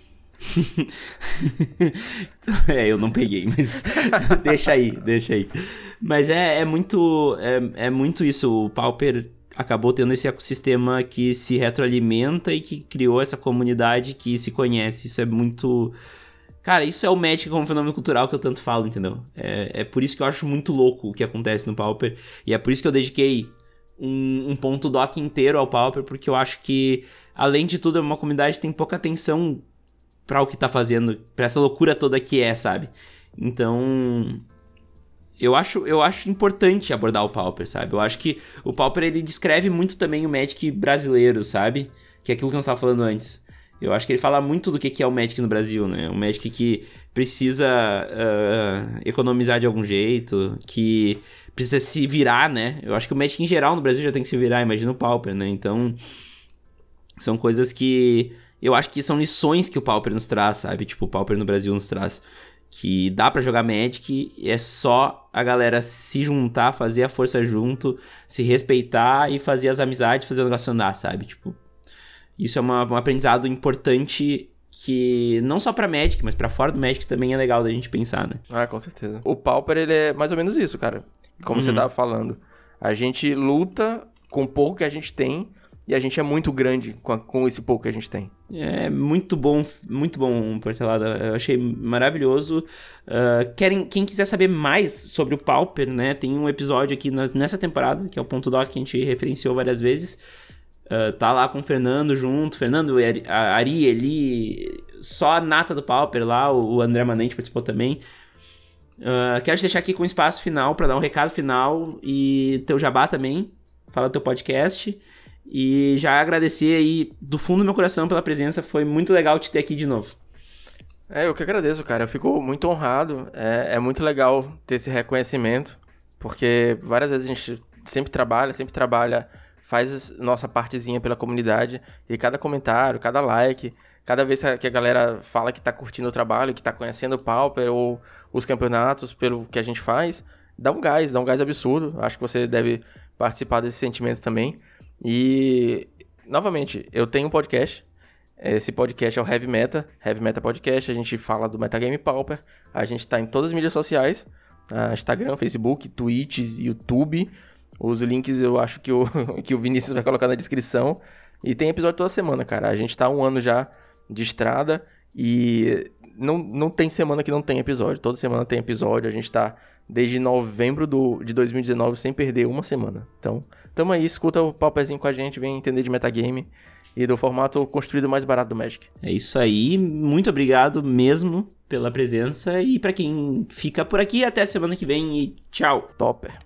Eu não peguei, mas deixa aí. Mas é muito isso. O Pauper acabou tendo esse ecossistema que se retroalimenta e que criou essa comunidade que se conhece. Isso é muito... Cara, isso é o Magic como fenômeno cultural que eu tanto falo, entendeu? É por isso que eu acho muito louco o que acontece no Pauper. E é por isso que eu dediquei um ponto doc inteiro ao Pauper, porque eu acho que, além de tudo, é uma comunidade que tem pouca atenção pra o que tá fazendo, pra essa loucura toda que sabe? Então, eu acho importante abordar o Pauper, sabe? Eu acho que o Pauper, ele descreve muito também o Magic brasileiro, sabe? Que é aquilo que nós estávamos falando antes. Eu acho que ele fala muito do que é o Magic no Brasil, né? Um Magic que precisa economizar de algum jeito, que precisa se virar, né? Eu acho que o Magic em geral no Brasil já tem que se virar, imagina o Pauper, né? Então, são coisas que... Eu acho que são lições que o Pauper nos traz, sabe? Tipo, o Pauper no Brasil nos traz. Que dá pra jogar Magic, é só a galera se juntar, fazer a força junto, se respeitar e fazer as amizades, fazer o negócio andar, sabe? Tipo, isso é um aprendizado importante que não só pra Magic, mas pra fora do Magic também é legal da gente pensar, né? Ah, com certeza. O Pauper, ele é mais ou menos isso, cara. Como você tava falando. A gente luta com o pouco que a gente tem e a gente é muito grande com esse pouco que a gente tem. É muito bom, Portelada. Eu achei maravilhoso. Quem quiser saber mais sobre o Pauper, né? Tem um episódio aqui nessa temporada, que é o Ponto Doc, que a gente referenciou várias vezes. Tá lá com o Fernando junto. Fernando, a Ari, Eli, só a nata do Pauper lá. O André Manente participou também. Quero te deixar aqui com um espaço final para dar um recado final e teu jabá também. fala do teu podcast. E já agradecer aí do fundo do meu coração pela presença. Foi muito legal te ter aqui de novo. Eu que agradeço, cara. Eu fico muito honrado. É muito legal ter esse reconhecimento, porque várias vezes a gente sempre trabalha, faz nossa partezinha pela comunidade, e cada comentário, cada like, cada vez que a galera fala que tá curtindo o trabalho, que tá conhecendo o Pauper ou os campeonatos pelo que a gente faz, dá um gás absurdo. Acho que você deve participar desse sentimento também. E, novamente, eu tenho um podcast. Esse podcast é o Heavy Meta Podcast. A gente fala do Metagame Pauper. A gente tá em todas as mídias sociais, Instagram, Facebook, Twitch, YouTube. Os links eu acho que o Vinícius vai colocar na descrição. E tem episódio toda semana, cara. A gente tá 1 ano já de estrada e não tem semana que não tem episódio. Toda semana tem episódio. A gente tá desde novembro de 2019 sem perder uma semana. Então, tamo aí, escuta o Pauperzinho com a gente, vem entender de metagame e do formato construído mais barato do Magic. É isso aí, muito obrigado mesmo pela presença e pra quem fica por aqui, até semana que vem e tchau. Topper.